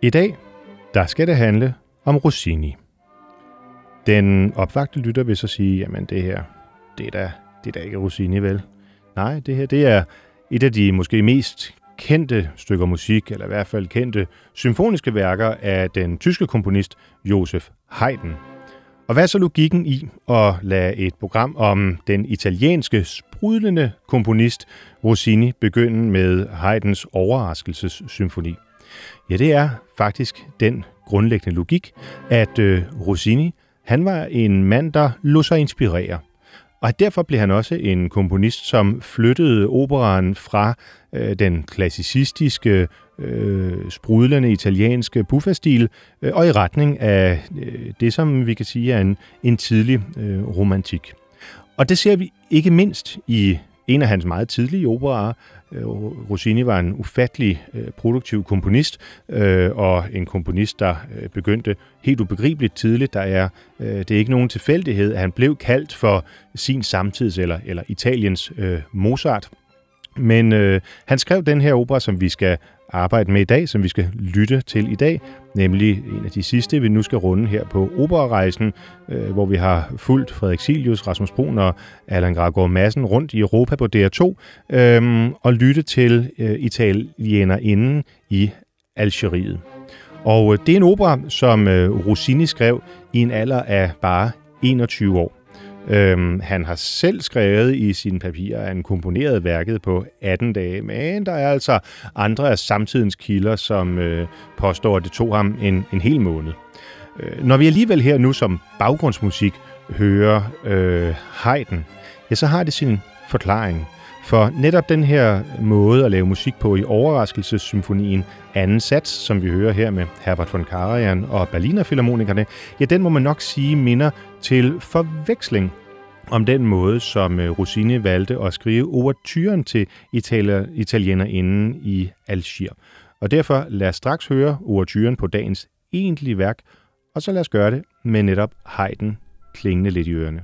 I dag, der skal det handle om Rossini. Den opvagte lytter vil så sige, jamen det her, det er da ikke Rossini, vel? Nej, det her, det er et af de måske mest kendte stykker musik, eller i hvert fald kendte symfoniske værker af den tyske komponist Joseph Haydn. Og hvad er så logikken i at lade et program om den italienske sprudlende komponist Rossini begynde med Haydns overraskelsessymfoni? Ja, det er faktisk den grundlæggende logik, at Rossini, han var en mand, der lod sig inspirere. Og derfor blev han også en komponist, som flyttede operaen fra den klassicistiske, sprudlende italienske buffa-stil og i retning af det, som vi kan sige er en tidlig romantik. Og det ser vi ikke mindst i en af hans meget tidlige operaer. Rossini var en ufattelig produktiv komponist, og en komponist, der begyndte helt ubegribeligt tidligt. Det er ikke nogen tilfældighed, at han blev kaldt for sin samtids eller Italiens Mozart. Men han skrev den her opera, som vi skal arbejde med i dag, som vi skal lytte til i dag, nemlig en af de sidste, vi nu skal runde her på Operarejsen, hvor vi har fulgt Frederik Cilius, Rasmus Bruun og Allan Gravgaard Madsen rundt i Europa på DR2, og lytte til italienerinden i Algeriet. Og det er en opera, som Rossini skrev i en alder af bare 21 år. Han har selv skrevet i sine papirer, at han komponerede værket på 18 dage, men der er altså andre af samtidens kilder, som påstår, at det tog ham en hel måned. Når vi alligevel her nu som baggrundsmusik hører Haydn, ja, så har det sin forklaring. For netop den her måde at lave musik på i overraskelsessymfonien anden sats, som vi hører her med Herbert von Karajan og Berliner Philharmonikerne, ja, den må man nok sige minder til forveksling om den måde, som Rossini valgte at skrive ouverturen til italienerinden i Algier. Og derfor lad os straks høre ouverturen på dagens egentlige værk, og så lad os gøre det med netop Haydn klingende lidt i ørerne.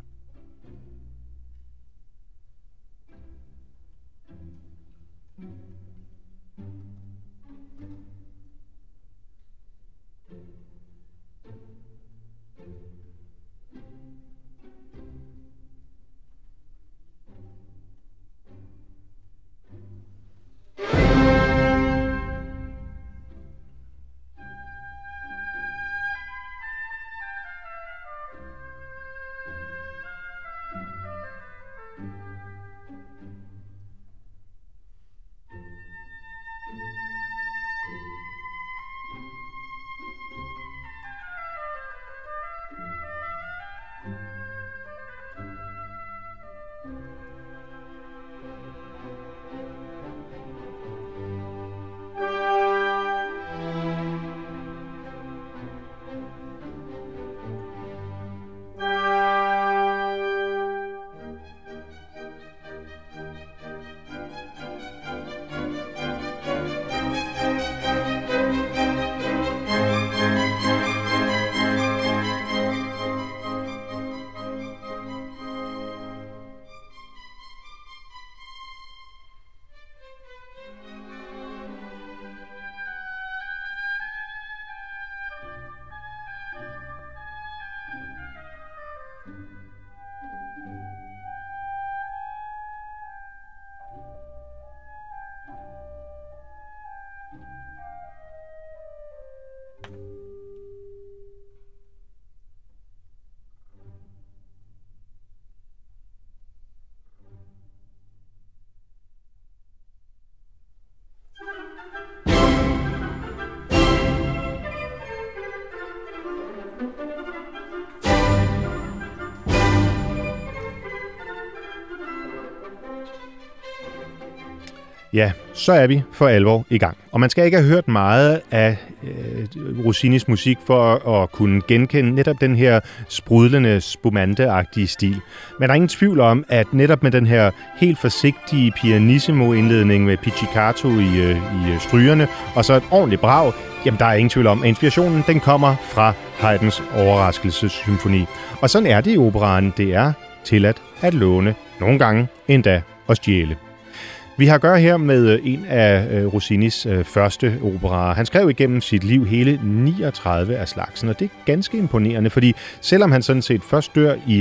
Ja, så er vi for alvor i gang. Og man skal ikke have hørt meget af Rossinis musik for at kunne genkende netop den her sprudlende, spumante-agtige stil. Men der er ingen tvivl om, at netop med den her helt forsigtige pianissimo-indledning med pizzicato i strygerne, og så et ordentligt brag, jamen der er ingen tvivl om, at inspirationen den kommer fra Haydns overraskelsessymfoni. Og sådan er det i operaen. Det er tilladt at låne, nogle gange endda at stjæle. Vi har at gøre her med en af Rossinis første operaer. Han skrev igennem sit liv hele 39 af slagsen, og det er ganske imponerende, fordi selvom han sådan set først dør i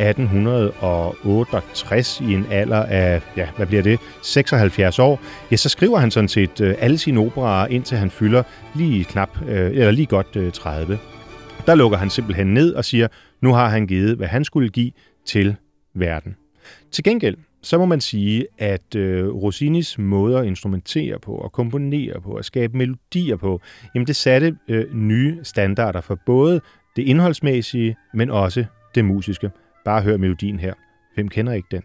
1868 i en alder af, 76 år, ja, så skriver han sådan set alle sine operaer, indtil han fylder lige godt 30. Der lukker han simpelthen ned og siger, nu har han givet, hvad han skulle give til verden. Til gengæld, så må man sige, at Rossinis måde at instrumentere på, og komponere på, og skabe melodier på, jamen det satte nye standarder for både det indholdsmæssige, men også det musiske. Bare hør melodien her. Hvem kender ikke den?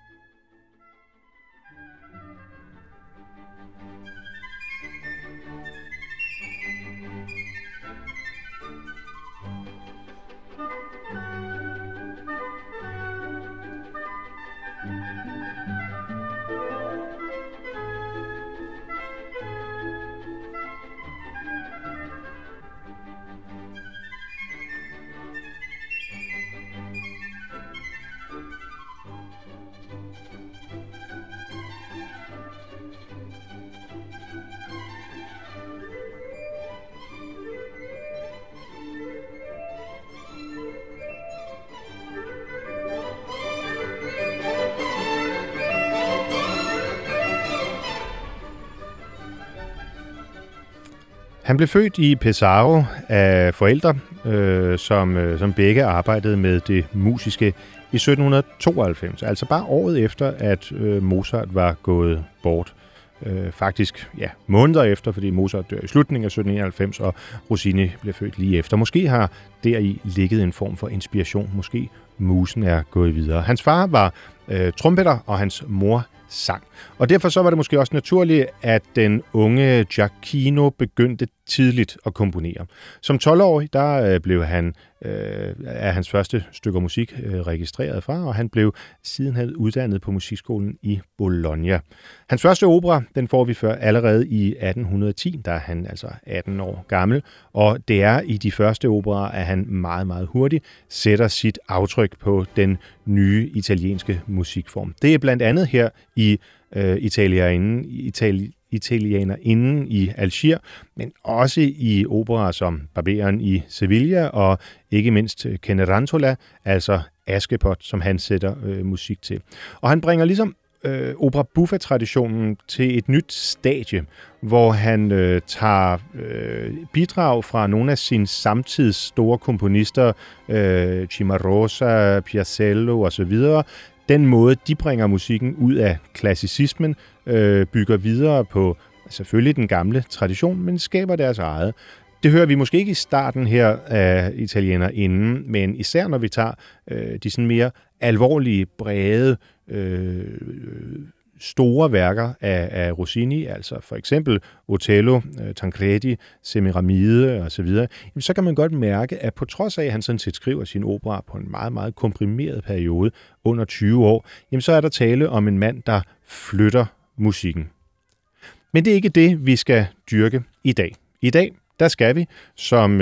Han blev født i Pesaro af forældre, som begge arbejdede med det musiske i 1792, altså bare året efter, at Mozart var gået bort. Faktisk måneder efter, fordi Mozart dør i slutningen af 1791, og Rossini blev født lige efter. Måske har deri ligget en form for inspiration. Måske musen er gået videre. Hans far var trompeter, og hans mor sang. Og derfor så var det måske også naturligt, at den unge Giacchino begyndte tidligt at komponere. Som 12-årig, der blev han af hans første stykker musik registreret fra, og han blev sidenhen uddannet på musikskolen i Bologna. Hans første opera, den får vi allerede i 1810, der er han altså 18 år gammel, og det er i de første operaer, at han meget, meget hurtigt sætter sit aftryk på den nye italienske musikform. Det er blandt andet her i Italianerinden i Algier, men også i operaer som Barberen i Sevilla og ikke mindst Cenerentola, altså Askepot, som han sætter musik til. Og han bringer ligesom opera buffa-traditionen til et nyt stadie, hvor han tager bidrag fra nogle af sine samtids store komponister, Cimarosa, Piacello osv., den måde, de bringer musikken ud af klassicismen, bygger videre på selvfølgelig den gamle tradition, men skaber deres eget. Det hører vi måske ikke i starten her af Italienerinden, men især når vi tager de sådan mere alvorlige, brede, store værker af Rossini, altså for eksempel Otello, Tancredi, Semiramide osv., så kan man godt mærke, at på trods af, at han sådan set skriver sin opera på en meget, meget komprimeret periode, under 20 år, jamen så er der tale om en mand, der flytter musikken. Men det er ikke det, vi skal dyrke i dag. I dag, der skal vi som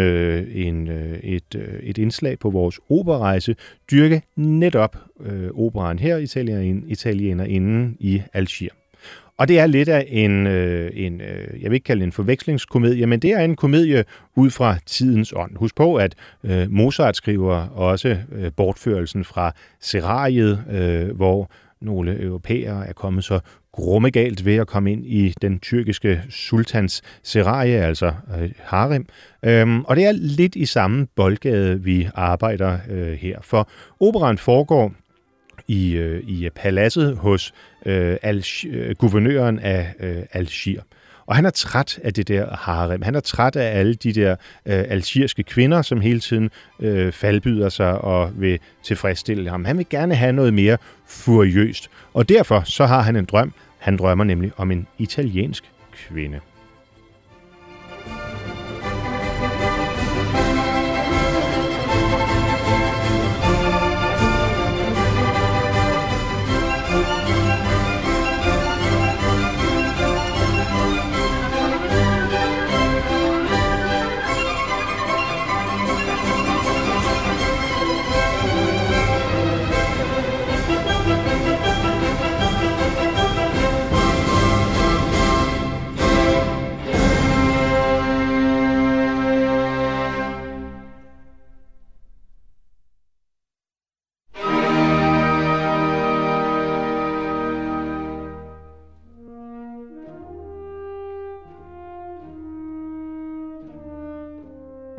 et indslag på vores operarejse dyrke netop operaen her, Italienerinden i Algier. Og det er lidt af en jeg vil ikke kalde det en forvekslingskomedie, men det er en komedie ud fra tidens ånd. Husk på, at Mozart skriver også bortførelsen fra Serrariet, hvor nogle europæere er kommet så grummegalt ved at komme ind i den tyrkiske sultans serarie, altså harem. Og det er lidt i samme boldgade, vi arbejder her. For operaen foregår i paladset hos guvernøren af Algier. Og han er træt af det der harem. Han er træt af alle de der algierske kvinder, som hele tiden faldbyder sig og vil tilfredsstille ham. Han vil gerne have noget mere furiøst. Og derfor så har han en drøm. Han drømmer nemlig om en italiensk kvinde.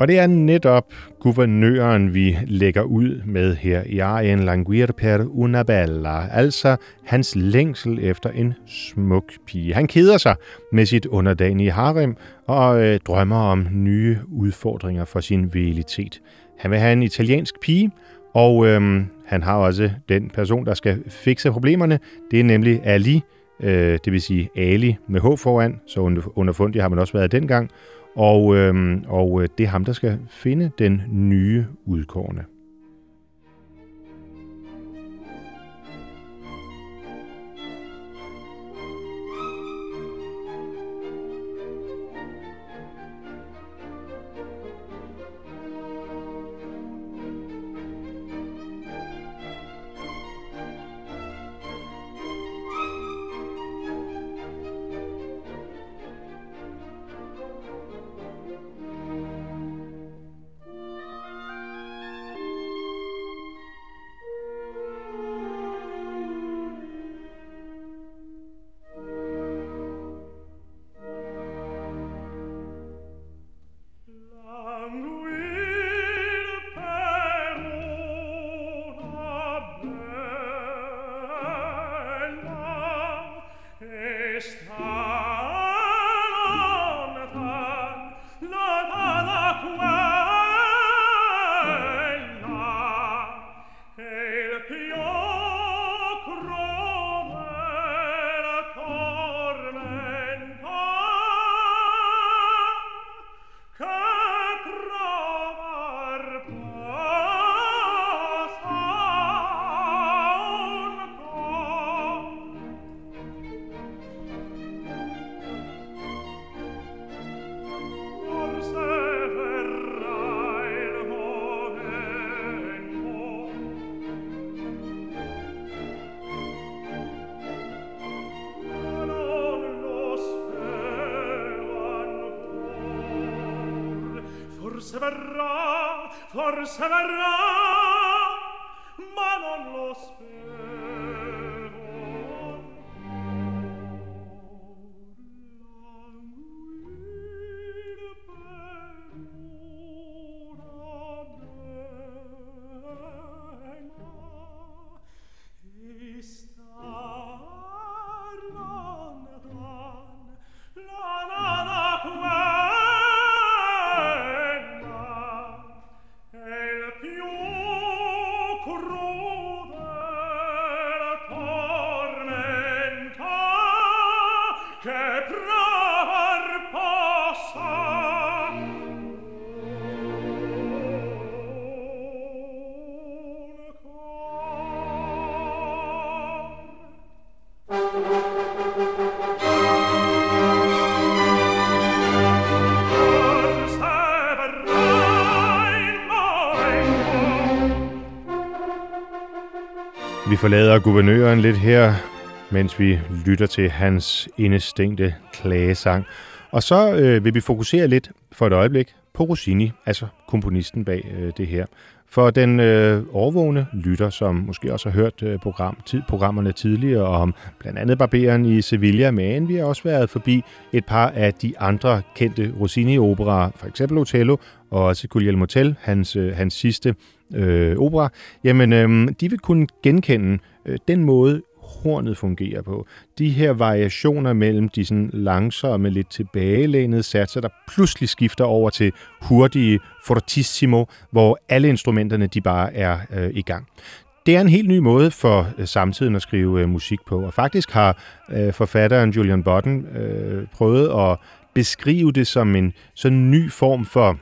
Og det er netop guvernøren, vi lægger ud med her i arien Languir per una bella, altså hans længsel efter en smuk pige. Han keder sig med sit underdanige harem og drømmer om nye udfordringer for sin velitet. Han vil have en italiensk pige, og han har også den person, der skal fikse problemerne. Det er nemlig Ali, det vil sige Ali med H foran, så underfundig har man også været dengang. Og det er ham, der skal finde den nye udkårne. Forse verrà, ma non lo spero. Languir per una bella e star lontan, lontana qua. Vi forlader guvernøren lidt her, mens vi lytter til hans indestængte klagesang. Og så vil vi fokusere lidt for et øjeblik på Rossini, altså komponisten bag det her. For den overvågne lytter, som måske også har hørt programmerne tidligere om blandt andet Barberen i Sevilla, men vi har også været forbi et par af de andre kendte Rossini-operaer, for eksempel Otello og også Guglielmo Tell, hans sidste opera. Jamen, de vil kunne genkende den måde, hornet fungerer på. De her variationer mellem de sådan langsomme, lidt tilbagelænede satser, der pludselig skifter over til hurtige fortissimo, hvor alle instrumenterne de bare er i gang. Det er en helt ny måde for samtiden at skrive musik på, og faktisk har forfatteren Julian Button prøvet at beskrive det som en sådan ny form for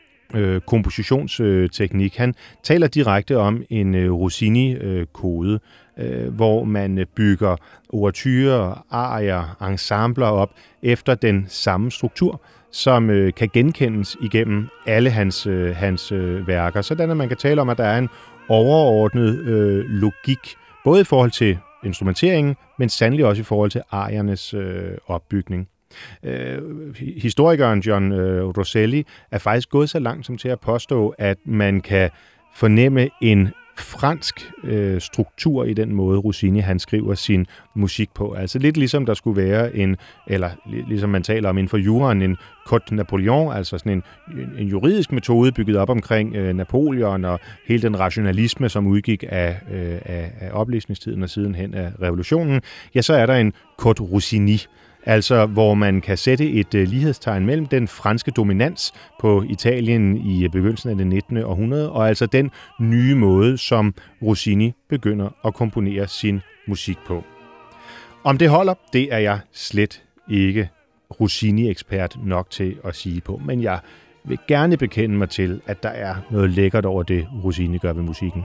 kompositionsteknik. Han taler direkte om en Rossini-kode, hvor man bygger ouverturer, arier, ensembler op efter den samme struktur, som kan genkendes igennem alle hans værker. Sådan at man kan tale om, at der er en overordnet logik, både i forhold til instrumenteringen, men sandelig også i forhold til ariernes opbygning. Historikeren John Rosselli er faktisk gået så langt som til at påstå, at man kan fornemme en fransk struktur i den måde, Rossini han skriver sin musik på. Altså lidt ligesom der skulle være ligesom man taler om inden for juraen, en Code Napoleon, altså sådan en juridisk metode bygget op omkring Napoleon og hele den rationalisme, som udgik af oplæsningstiden og sidenhen af revolutionen. Ja, så er der en Code Rossini, altså hvor man kan sætte et lighedstegn mellem den franske dominans på Italien i begyndelsen af det 19. århundrede, og altså den nye måde, som Rossini begynder at komponere sin musik på. Om det holder, det er jeg slet ikke Rossini-ekspert nok til at sige på, men jeg vil gerne bekende mig til, at der er noget lækkert over det, Rossini gør ved musikken.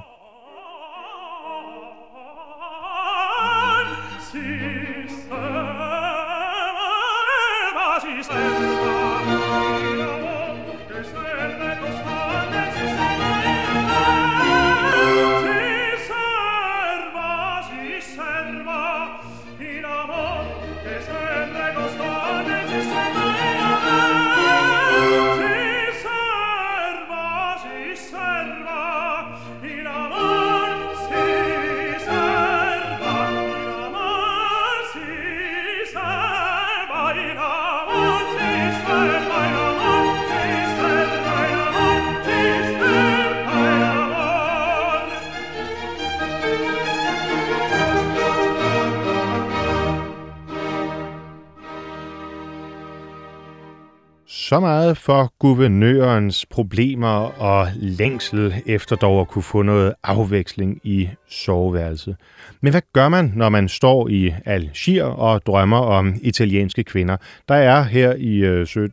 Så meget for guvernørens problemer og længsel efter dog at kunne få noget afveksling i soveværelset. Men hvad gør man, når man står i Algier og drømmer om italienske kvinder? Der er her i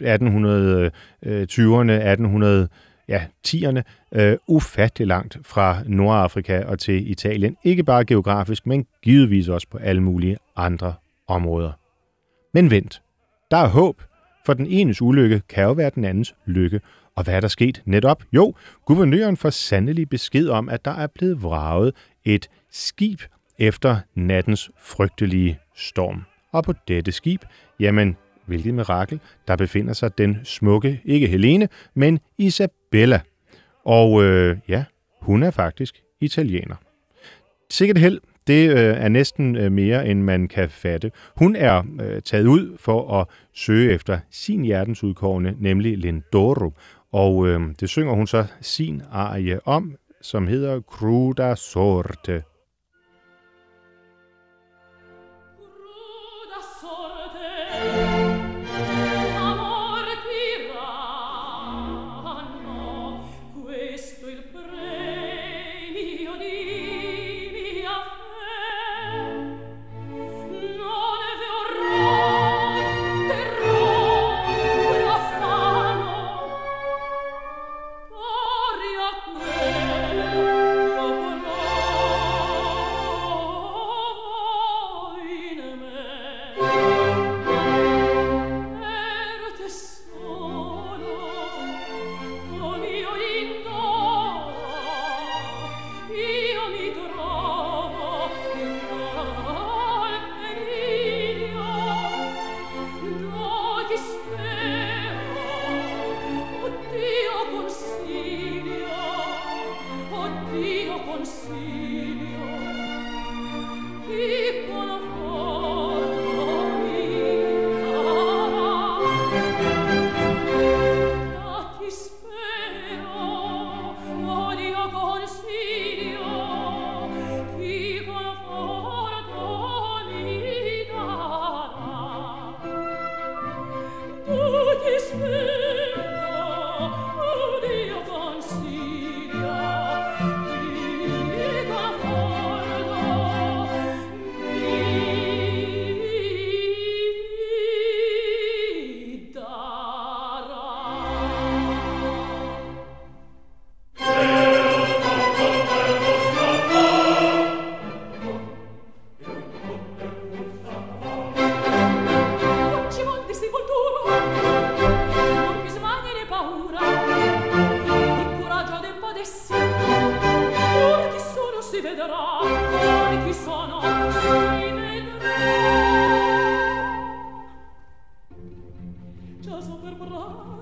1820'erne, 1810'erne ufattelig langt fra Nordafrika og til Italien. Ikke bare geografisk, men givetvis også på alle mulige andre områder. Men vent, der er håb. For den enes ulykke kan jo være den andens lykke. Og hvad er der sket netop? Jo, guvernøren får sandelig besked om, at der er blevet vraget et skib efter nattens frygtelige storm. Og på dette skib, jamen, hvilket mirakel, der befinder sig den smukke, ikke Helene, men Isabella. Og hun er faktisk italiener. Sikkert held. Det er næsten mere, end man kan fatte. Hun er taget ud for at søge efter sin hjertensudkårne, nemlig Lindoro. Og det synger hun så sin arie om, som hedder Cruda Sorte.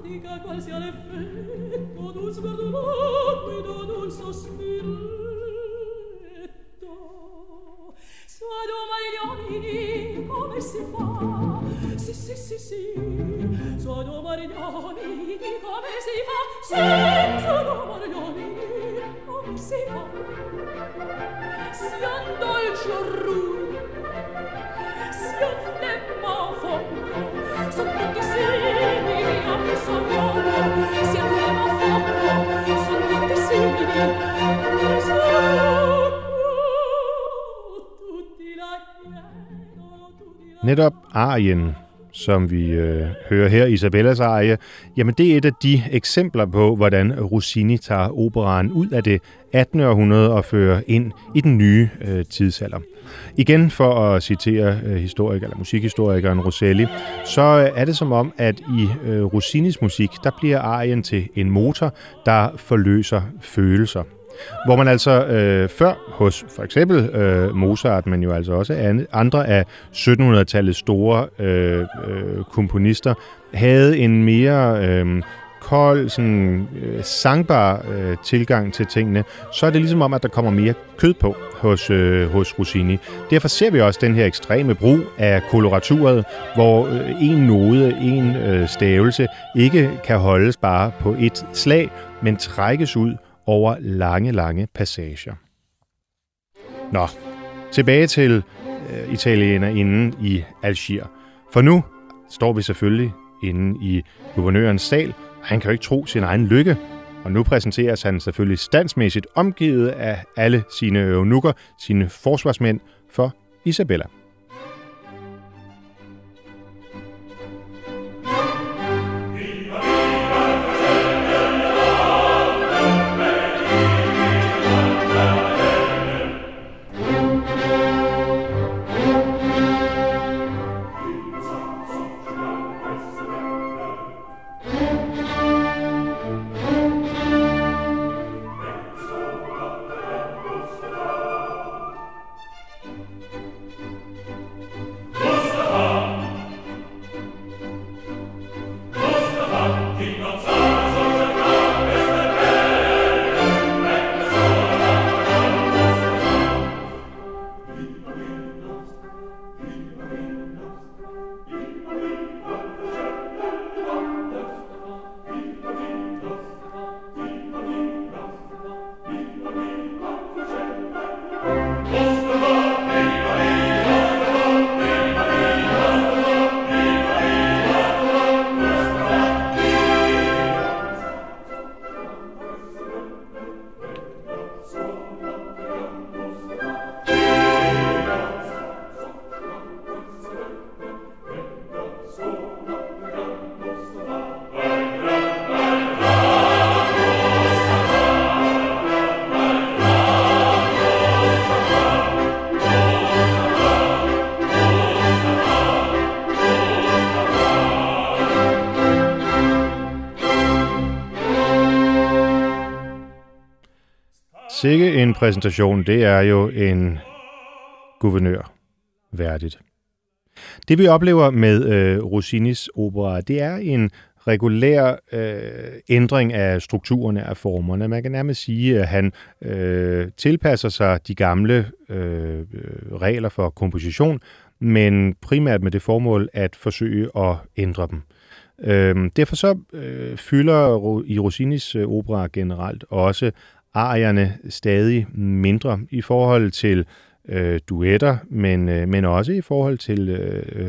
qual sia l'effetto d'un sguardo languido, d'un sospiro. come si fa? Sì, sì, sì, sì. Sono Marignani, come si fa? Sì, sono Marignani, come si fa? Sian dolci o rudi, sian flemma o fondo, son tutti simili a bisogno. Sian flemma o fondo, son tutti simili a bisogno. Tutti la chiedono, tutti la... Netop arien, som vi hører her, Isabellas arie, jamen det er et af de eksempler på, hvordan Rossini tager operaen ud af det 18. århundrede og fører ind i den nye tidsalder. Igen for at citere musikhistorikeren Rosselli, så er det som om, at i Rossinis musik, der bliver arien til en motor, der forløser følelser. Hvor man altså før hos for eksempel Mozart, men jo altså også andre af 1700-tallets store komponister, havde en mere kold, sådan, sangbar tilgang til tingene, så er det ligesom om, at der kommer mere kød på hos Rossini. Derfor ser vi også den her ekstreme brug af koloraturet, hvor en node, en stavelse ikke kan holdes bare på et slag, men trækkes ud over lange, lange passager. Nå, tilbage til italienerinden i Algier. For nu står vi selvfølgelig inde i guvernørens sal, og han kan jo ikke tro sin egen lykke. Og nu præsenteres han selvfølgelig standsmæssigt omgivet af alle sine eunukker, sine forsvarsmænd for Isabella. Sikke en præsentation, det er jo en guvernør værdigt. Det vi oplever med Rossinis opera, det er en regulær ændring af strukturerne af formerne. Man kan nærmest sige, at han tilpasser sig de gamle regler for komposition, men primært med det formål at forsøge at ændre dem. Derfor så fylder i Rossinis opera generelt også arierne stadig mindre i forhold til duetter, men også i forhold til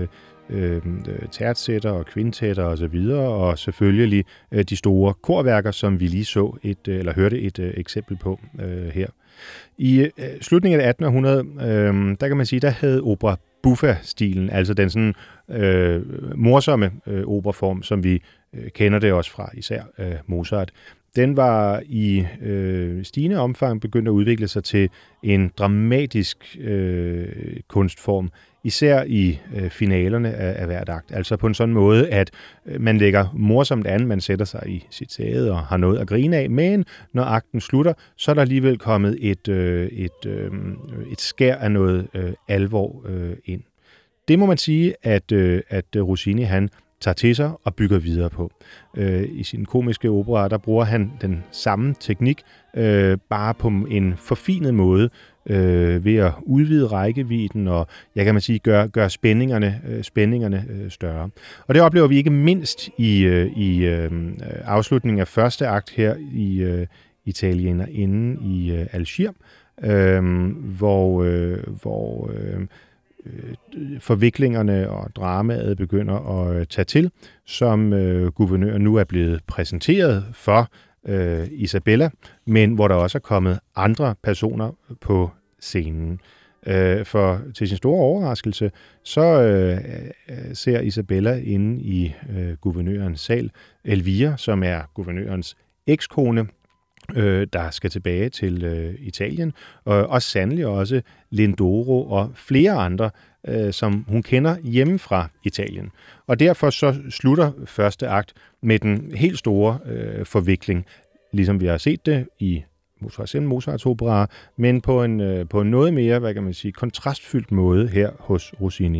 tertsætter og kvintetter og så videre, og selvfølgelig de store korværker, som vi lige så eller hørte et eksempel på her. I slutningen af 1800, der kan man sige, der havde opera buffa-stilen, altså den sådan morsomme operaform, som vi kender det også fra især Mozart. Den var i stigende omfang begyndt at udvikle sig til en dramatisk kunstform, især i finalerne af hvert akt. Altså på en sådan måde, at man lægger morsomt an, man sætter sig i sit sæde og har noget at grine af, men når akten slutter, så er der alligevel kommet et skær af noget alvor ind. Det må man sige, at Rossini han tager til sig og bygger videre på. I sin komiske opera, der bruger han den samme teknik, bare på en forfinet måde, ved at udvide rækkevidden og, kan man sige, gøre spændingerne større. Og det oplever vi ikke mindst i afslutningen af første akt her i Italienerinden i Algier, hvor forviklingerne og dramaet begynder at tage til, som guvernøren nu er blevet præsenteret for Isabella, men hvor der også er kommet andre personer på scenen. For til sin store overraskelse, så ser Isabella inde i guvernørens sal Elvira, som er guvernørens ekskone, der skal tilbage til Italien, og sandelig også Lindoro og flere andre, som hun kender hjemme fra Italien. Og derfor så slutter første akt med den helt store forvikling, ligesom vi har set det i Mozarts opera, men på en noget mere, hvad kan man sige, kontrastfyldt måde her hos Rossini.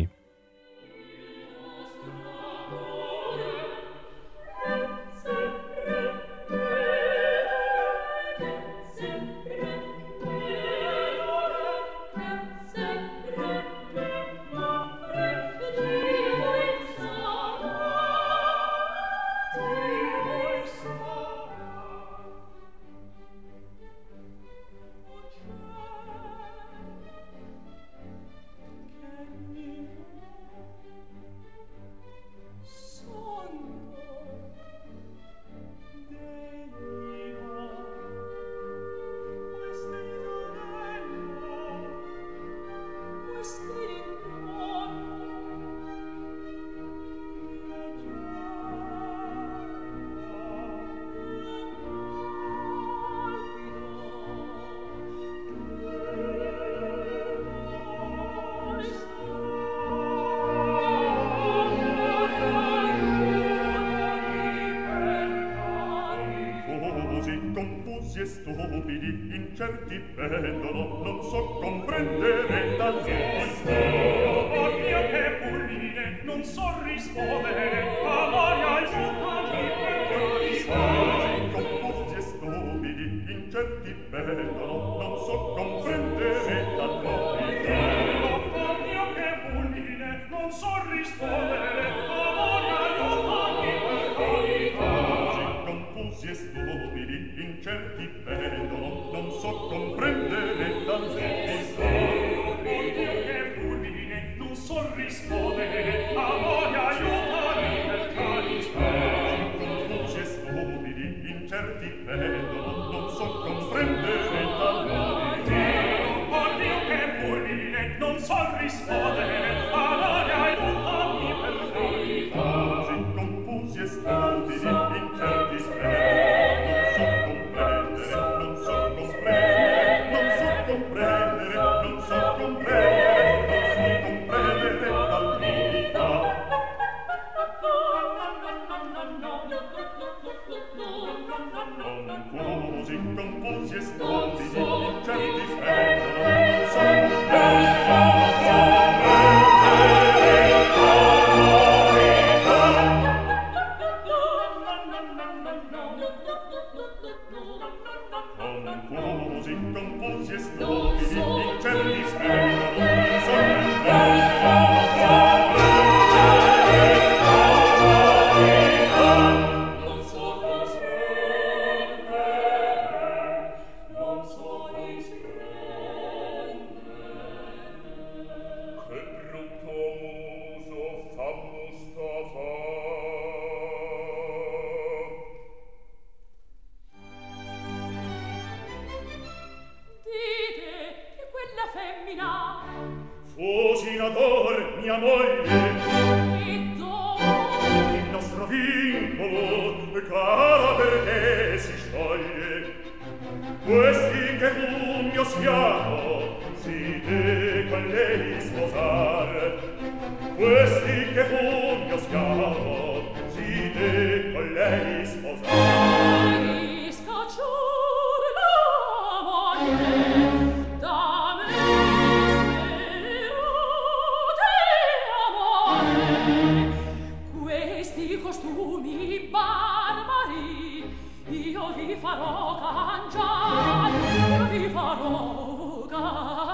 Io vi farò cangiare, vi farò cangiare.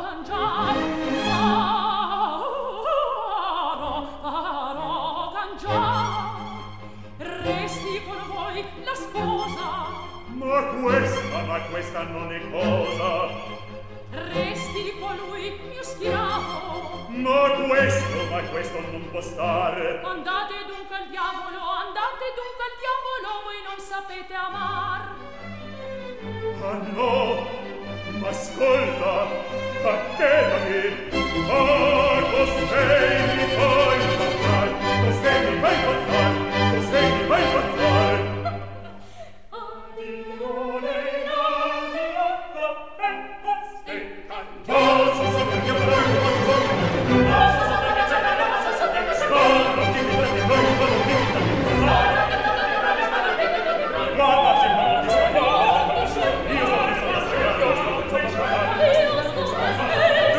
Ma questa non è cosa. Resti colui mio schiavo. Ma questo non può stare. Andate dunque al diavolo, voi non sapete amar. Ah no, ma ascolta, attendati. Ah, costei mi fai impazzar, costei mi fai impazzar, costei mi fai impazzar. Addione nasia, la pecca stecca, cosa sapere che vorrei impazzar. Cosa sapere che c'è la cosa sapere che spara, ti mi prendi voi, vado ti mi prendi voi, spara, che ti prendi voi, spara, che ti prendi voi, guarda, c'è un po' di spara, io sono messo la storia, io sono messo la storia.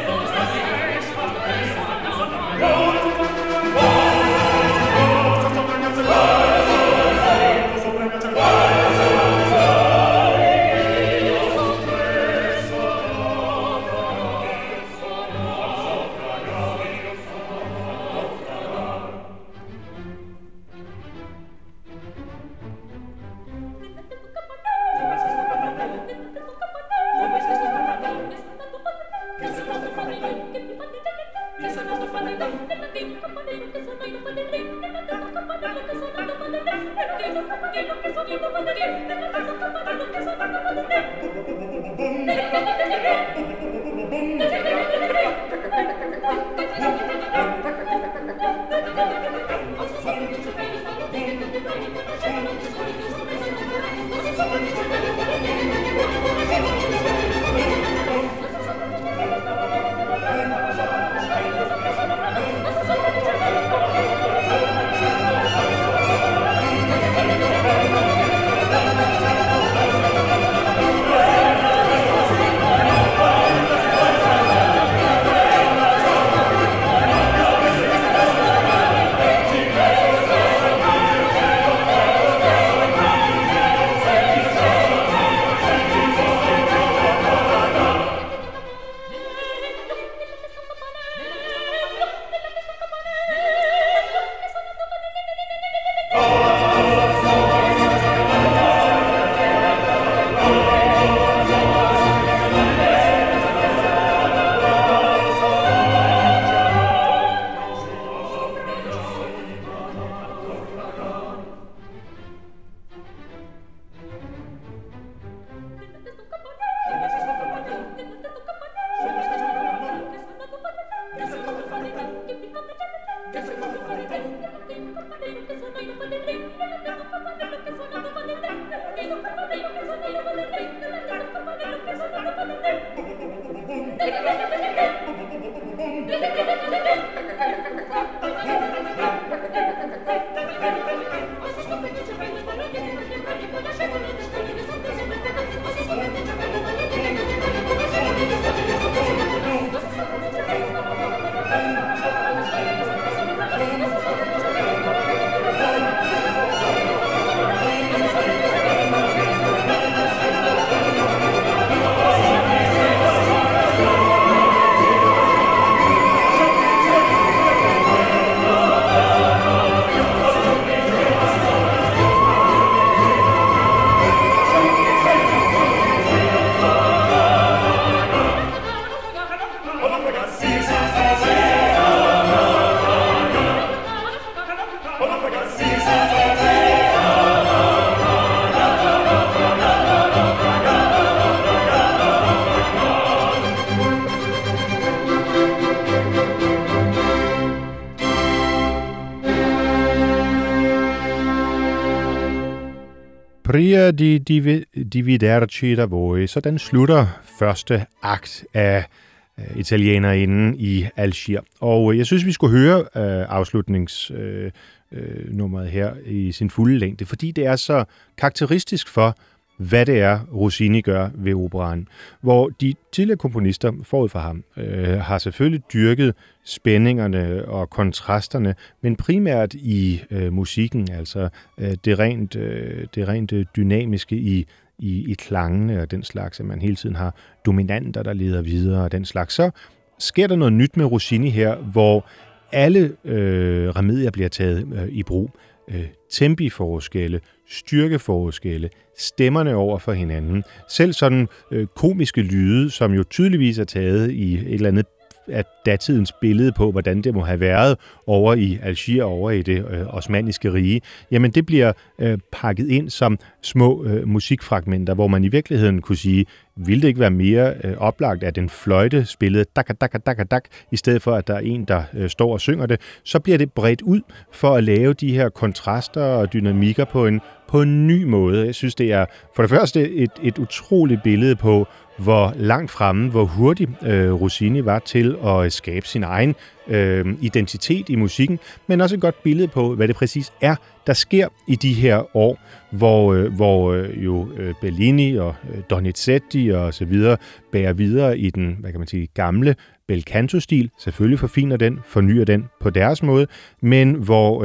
Pria di dividerci da voi. Sådan slutter første akt af Italienerinden i Algier. Og jeg synes, vi skulle høre afslutningsnummeret her i sin fulde længde, fordi det er så karakteristisk for, hvad det er, Rossini gør ved operaen. Hvor de tidligere komponister forud for ham har selvfølgelig dyrket spændingerne og kontrasterne, men primært i musikken, altså det rent dynamiske i klangene og den slags, at man hele tiden har dominanter, der leder videre og den slags. Så sker der noget nyt med Rossini her, hvor alle remedier bliver taget i brug. tempiforskelle, styrkeforskelle, stemmerne over for hinanden. Selv sådan komiske lyde, som jo tydeligvis er taget i et eller andet af datidens billede på, hvordan det må have været over i Algier, over i det osmanniske rige, jamen det bliver pakket ind som små musikfragmenter, hvor man i virkeligheden kunne sige, ville det ikke være mere oplagt, at en fløjte spillede dak, dak, dak, dak, i stedet for, at der er en, der står og synger det, så bliver det bredt ud for at lave de her kontraster og dynamikker på en ny måde. Jeg synes, det er for det første et utroligt billede på, hvor langt fremme, hvor hurtig Rossini var til at skabe sin egen identitet i musikken, men også et godt billede på, hvad det præcis er, der sker i de her år, hvor jo Bellini og Donizetti og så videre bærer videre i den, hvad kan man sige, gamle bel canto-stil, selvfølgelig forfiner den, fornyer den på deres måde, men hvor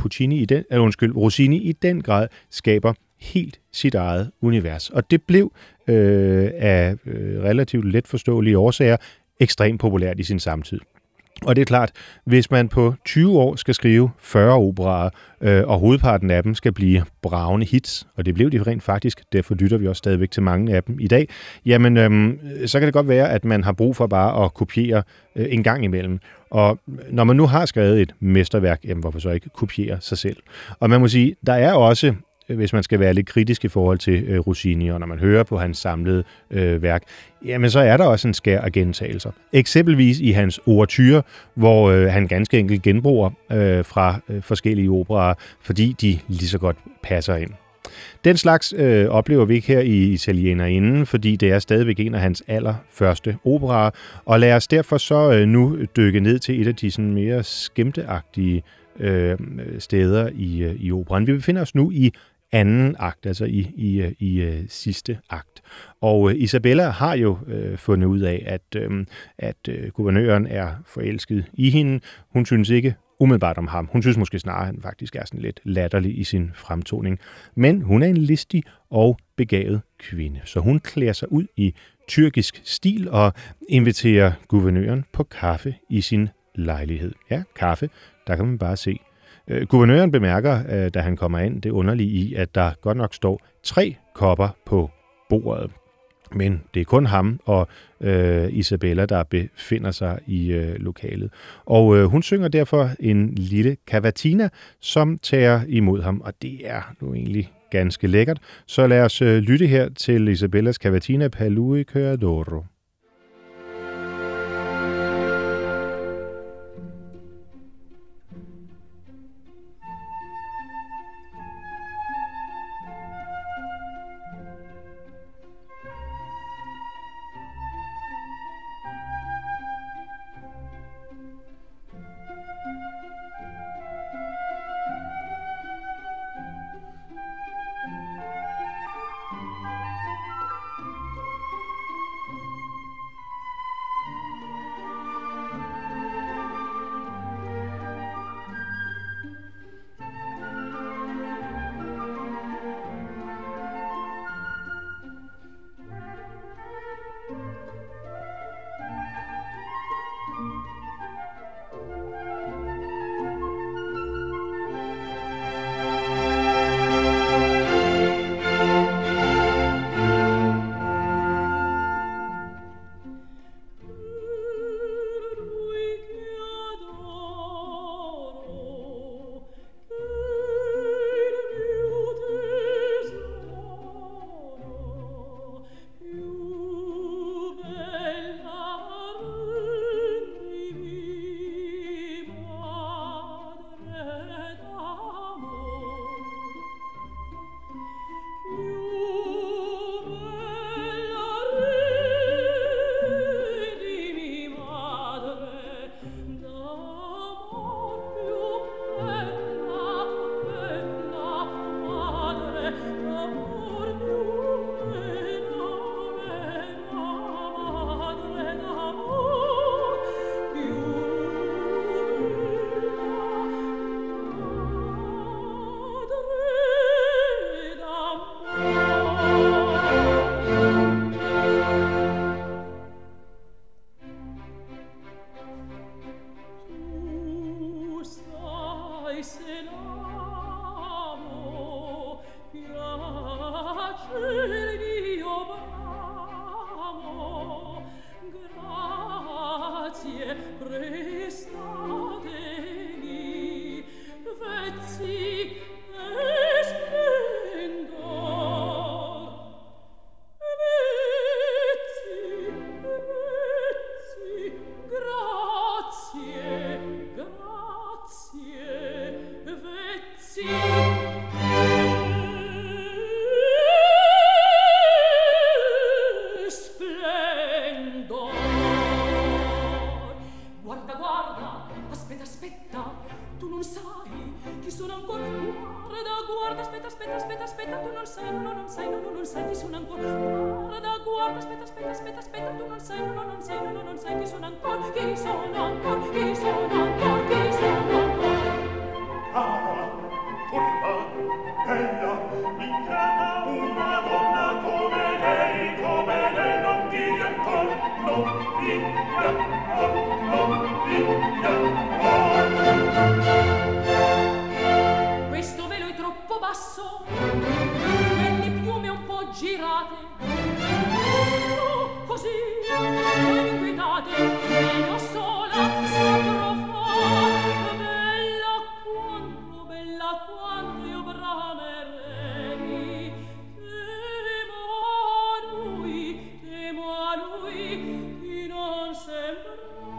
Rossini i den grad skaber helt sit eget univers. Og det blev af relativt let forståelige årsager ekstremt populært i sin samtid. Og det er klart, hvis man på 20 år skal skrive 40 operaer, og hovedparten af dem skal blive bragende hits, og det blev de rent faktisk, derfor lytter vi også stadigvæk til mange af dem i dag, jamen så kan det godt være, at man har brug for bare at kopiere en gang imellem. Og når man nu har skrevet et mesterværk, jamen hvorfor så ikke kopiere sig selv? Og man må sige, der er også, hvis man skal være lidt kritisk i forhold til Rossini, og når man hører på hans samlede værk, jamen så er der også en skær af gentagelser. Eksempelvis i hans ouverture, hvor han ganske enkelt genbruger fra forskellige operaer, fordi de lige så godt passer ind. Den slags oplever vi ikke her i Italienerinden, fordi det er stadigvæk en af hans allerførste operaer, og lad os derfor så nu dykke ned til et af de sådan mere skæmteagtige steder i operaen. Vi befinder os nu i anden akt, altså i sidste akt. Og Isabella har jo fundet ud af, at guvernøren er forelsket i hende. Hun synes ikke umiddelbart om ham. Hun synes måske snarere, at han faktisk er sådan lidt latterlig i sin fremtoning. Men hun er en listig og begavet kvinde, så hun klæder sig ud i tyrkisk stil og inviterer guvernøren på kaffe i sin lejlighed. Ja, kaffe, der kan man bare se. Guvernøren bemærker, da han kommer ind, det underlige i, at der godt nok står 3 kopper på bordet. Men det er kun ham og Isabella, der befinder sig i lokalet. Og hun synger derfor en lille cavatina, som tager imod ham, og det er nu egentlig ganske lækkert. Så lad os lytte her til Isabellas cavatina Per lui Coeurdoro. non sai chi sono ancora. Guarda, guarda, aspetta, aspetta, aspetta, aspetta, tu non sai, no, non sai, no, non sai chi sono ancora. Guarda, guarda, aspetta, aspetta, aspetta, aspetta, tu non sai, no, non sai, no, non sai chi sono ancora, chi sono ancora, chi sono ancora, chi sono ancora. Cara, turba, bella, ingrata, una donna come lei non vive ancora, non vive ancora, non vive ancora. Questo velo è troppo basso, quelle piume un po' girate. Oh, così, voi mi inquietate, io sola saprò fare. Bella quanto io bramerei. Temo a lui, chi non sembra.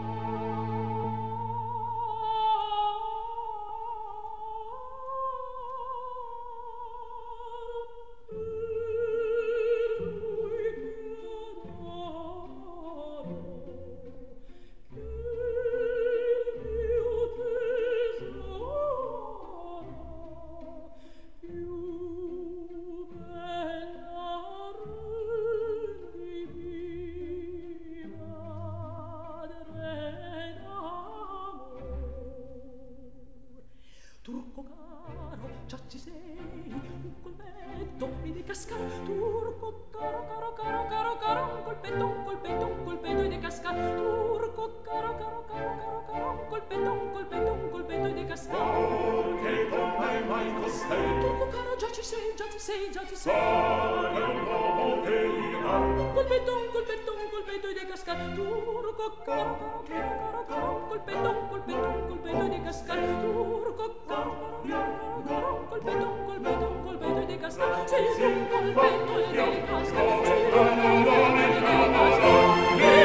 Turco caro, già ci sei, un colpetto e di cascare. Turco caro, caro, caro, caro, caro, un colpetto, un colpetto, un colpetto e di cascare. Turco caro, caro, caro, caro, caro, un colpetto, un colpetto, un colpetto e di cascare. Oh, che con me mai costei. Turco caro, già ci sei, già ci sei, già ci sei. Sale un uomo che irà. Un colpetto, un colpetto, un colpetto e di cascare. Turco caro, caro, caro, caro, caro, un colpetto, un colpetto, un colpetto e di cascare. Turco caro, caro, caro, caro, un colpetto, un colpetto, un colpetto e di cascare. Sì, un colpetto e di cascare. Sì, un colpetto e di cascare.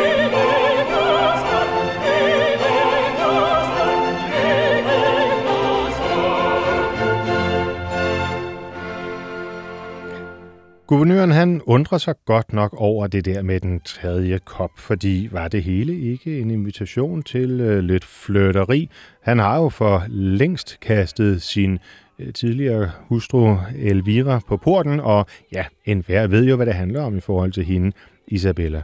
Guvernøren han undrer sig godt nok over det der med den tredje kop, fordi var det hele ikke en invitation til lidt flirteri? Han har jo for længst kastet sin tidligere hustru Elvira på porten, og ja, enhver ved jo, hvad det handler om i forhold til hende, Isabella.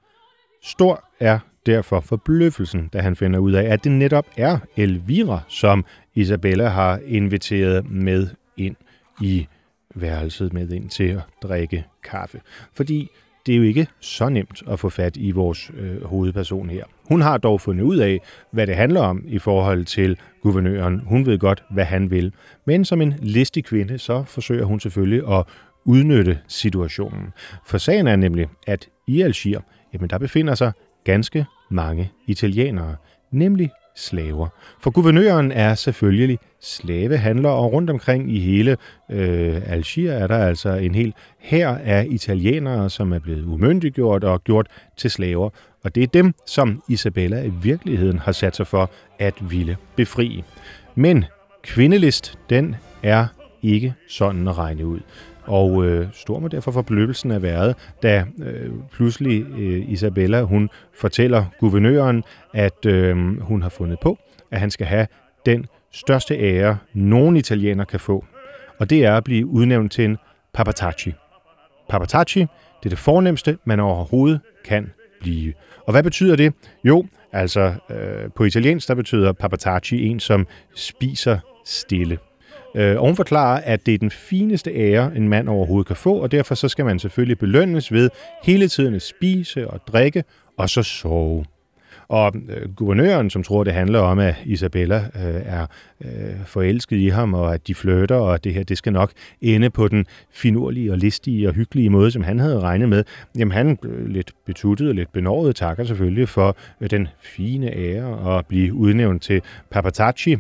Stor er derfor forbløffelsen, da han finder ud af, at det netop er Elvira, som Isabella har inviteret med ind i værelset, med ind til at drikke kaffe. Fordi det er jo ikke så nemt at få fat i vores hovedperson her. Hun har dog fundet ud af, hvad det handler om i forhold til guvernøren. Hun ved godt, hvad han vil. Men som en listig kvinde, så forsøger hun selvfølgelig at udnytte situationen. For sagen er nemlig, at i Algier, jamen der befinder sig ganske mange italienere, nemlig slaver. For guvernøren er selvfølgelig slavehandler, og rundt omkring i hele Algier er der altså en hel hær af italienere, som er blevet umyndiggjort og gjort til slaver. Og det er dem, som Isabella i virkeligheden har sat sig for at ville befri. Men kvindelist, den er ikke sådan at regne ud. Og stor må derfor forbløffelsen have været, da pludselig Isabella hun fortæller guvernøren, at hun har fundet på, at han skal have den største ære, nogen italiener kan få. Og det er at blive udnævnt til en papatacci. Papatacci, det er det fornemste, man overhovedet kan blive. Og hvad betyder det? Jo, altså på italiensk, der betyder papatacci en, som spiser stille. Og hun forklarer, at det er den fineste ære, en mand overhovedet kan få, og derfor så skal man selvfølgelig belønnes ved hele tiden at spise og drikke, og så sove. Og guvernøren, som tror, det handler om, at Isabella er forelsket i ham, og at de flirter, og det her, det skal nok ende på den finurlige og listige og hyggelige måde, som han havde regnet med. Jamen han lidt betuttet og lidt benåret takker selvfølgelig for den fine ære at blive udnævnt til papatacci,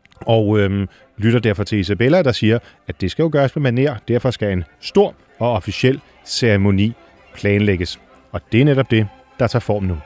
og lytter derfor til Isabella, der siger, at det skal jo gøres med manér, derfor skal en stor og officiel ceremoni planlægges. Og det er netop det, der tager form nu.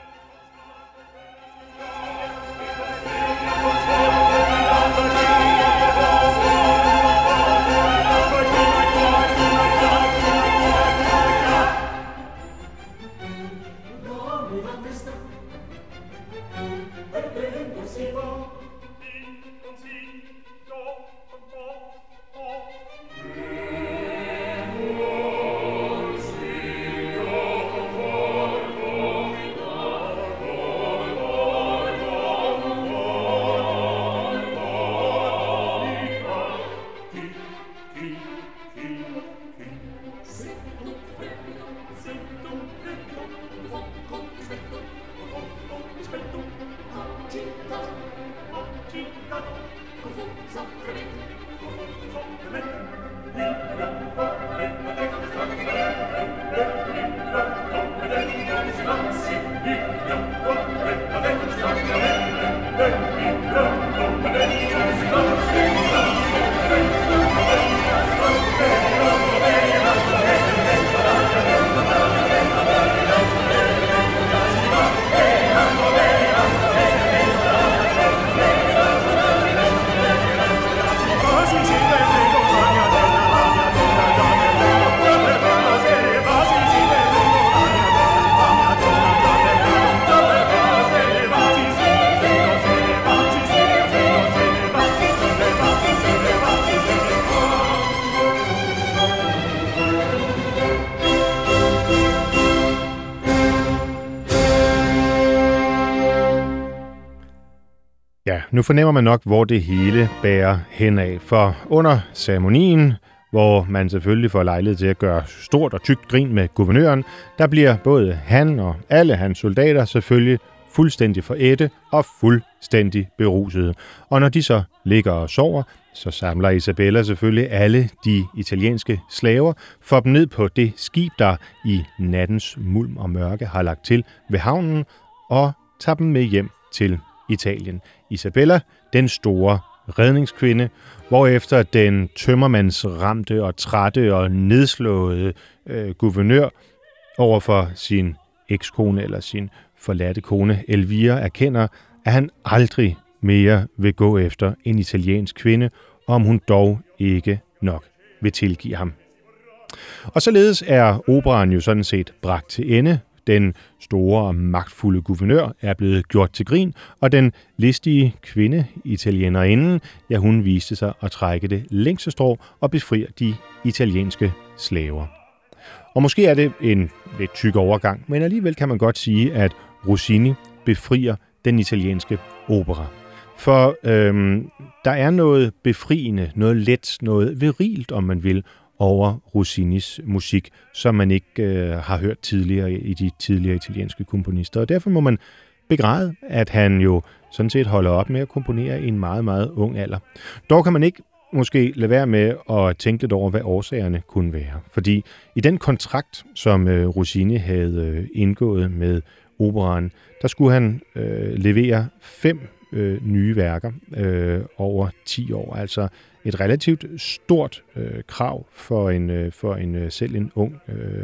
nu fornemmer man nok, hvor det hele bærer henad. For under ceremonien, hvor man selvfølgelig får lejlighed til at gøre stort og tykt grin med guvernøren, der bliver både han og alle hans soldater selvfølgelig fuldstændig forætte og fuldstændig berusede. Og når de så ligger og sover, så samler Isabella selvfølgelig alle de italienske slaver, får dem ned på det skib, der i nattens mulm og mørke har lagt til ved havnen, og tager dem med hjem til Italien. Isabella, den store redningskvinde, hvorefter den tømmermandsramte og trætte og nedslåede guvernør overfor sin ekskone eller sin forladte kone Elvira erkender, at han aldrig mere vil gå efter en italiensk kvinde, om hun dog ikke nok vil tilgive ham. Og således er operaen jo sådan set bragt til ende. Den store og magtfulde guvernør er blevet gjort til grin, og den listige kvinde, italienerinden, ja, hun viste sig at trække det længste strå og befrier de italienske slaver. Og måske er det en lidt tyk overgang, men alligevel kan man godt sige, at Rossini befrier den italienske opera. For der er noget befriende, noget let, noget virilt, om man vil, over Rossinis musik, som man ikke har hørt tidligere i de tidligere italienske komponister. Og derfor må man begræde, at han jo sådan set holder op med at komponere i en meget, meget ung alder. Dog kan man ikke måske lade være med at tænke lidt over, hvad årsagerne kunne være. Fordi i den kontrakt, som Rossini havde indgået med operaen, der skulle han levere 5 nye værker over 10 år. Altså et relativt stort krav for selv en ung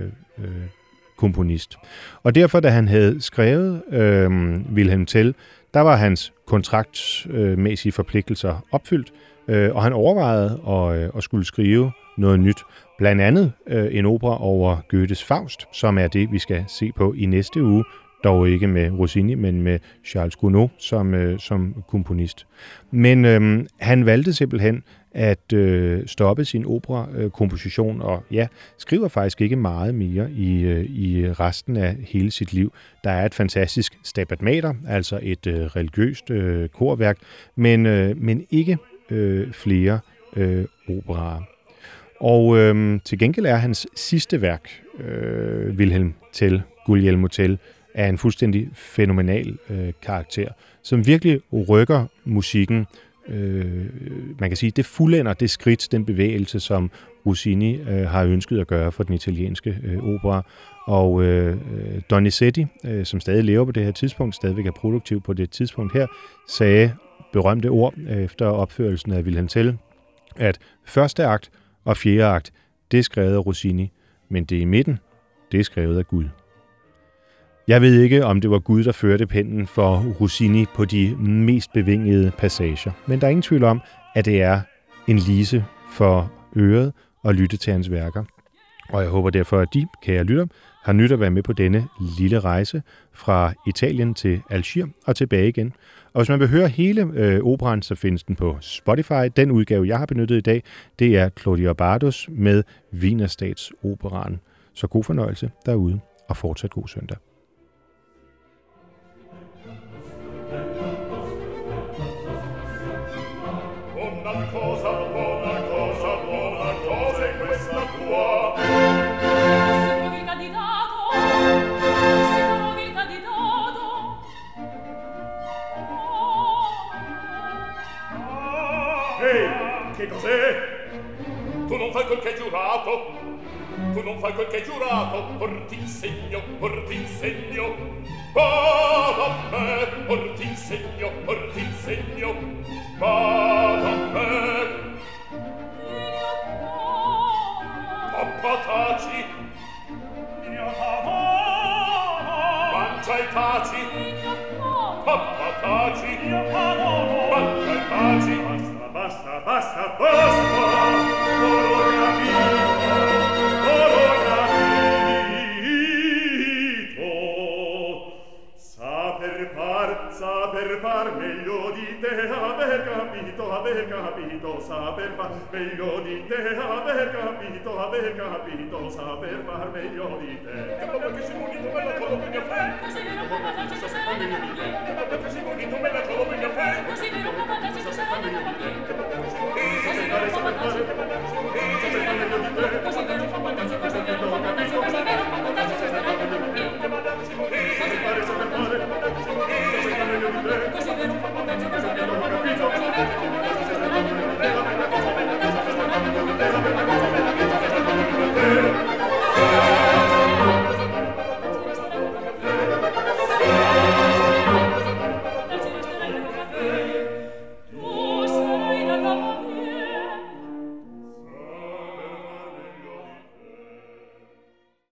komponist. Og derfor, da han havde skrevet Wilhelm Tell, der var hans kontraktmæssige forpligtelser opfyldt, og han overvejede at skulle skrive noget nyt. Blandt andet en opera over Goethes Faust, som er det, vi skal se på i næste uge, dog ikke med Rossini, men med Charles Gounod som komponist. Men han valgte simpelthen at stoppe sin operakomposition, og ja, skriver faktisk ikke meget mere i resten af hele sit liv. Der er et fantastisk Stabat Mater, altså et religiøst korværk, men ikke flere operaer. Og til gengæld er hans sidste værk, Wilhelm Tell, Guglielmo Tell, er en fuldstændig fænomenal karakter, som virkelig rykker musikken. Man kan sige, det fuldender det skridt, den bevægelse, som Rossini har ønsket at gøre for den italienske opera. Og Donizetti, som stadig lever på det her tidspunkt, stadigvæk er produktiv på det tidspunkt her, sagde berømte ord efter opførelsen af Wilhelm Tell, at første akt og fjerde akt, det er skrevet af Rossini, men det i midten, det er skrevet af Gud. Jeg ved ikke, om det var Gud, der førte pennen for Rossini på de mest bevingede passager, men der er ingen tvivl om, at det er en lise for øret at lytte til hans værker. Og jeg håber derfor, at de, kære lytter, har nyt at være med på denne lille rejse fra Italien til Algier og tilbage igen. Og hvis man vil høre hele operaen, så findes den på Spotify. Den udgave, jeg har benyttet i dag, det er Claudio Bardos med Wiener Statsoperaen. Så god fornøjelse derude, og fortsat god søndag. Che cos'è? Tu non fai quel che hai giurato. Tu non fai quel che hai giurato. Or t'insegno, or t'insegno. Vada a me, or t'insegno, or t'insegno. Vada a me. Papà taci. Mangia e taci. Papà taci. Mangia e taci. Basta, basta, basta! Oro capito! Saper far meglio di te, aver capito, saper far meglio di te, aver capito, saper far meglio di te.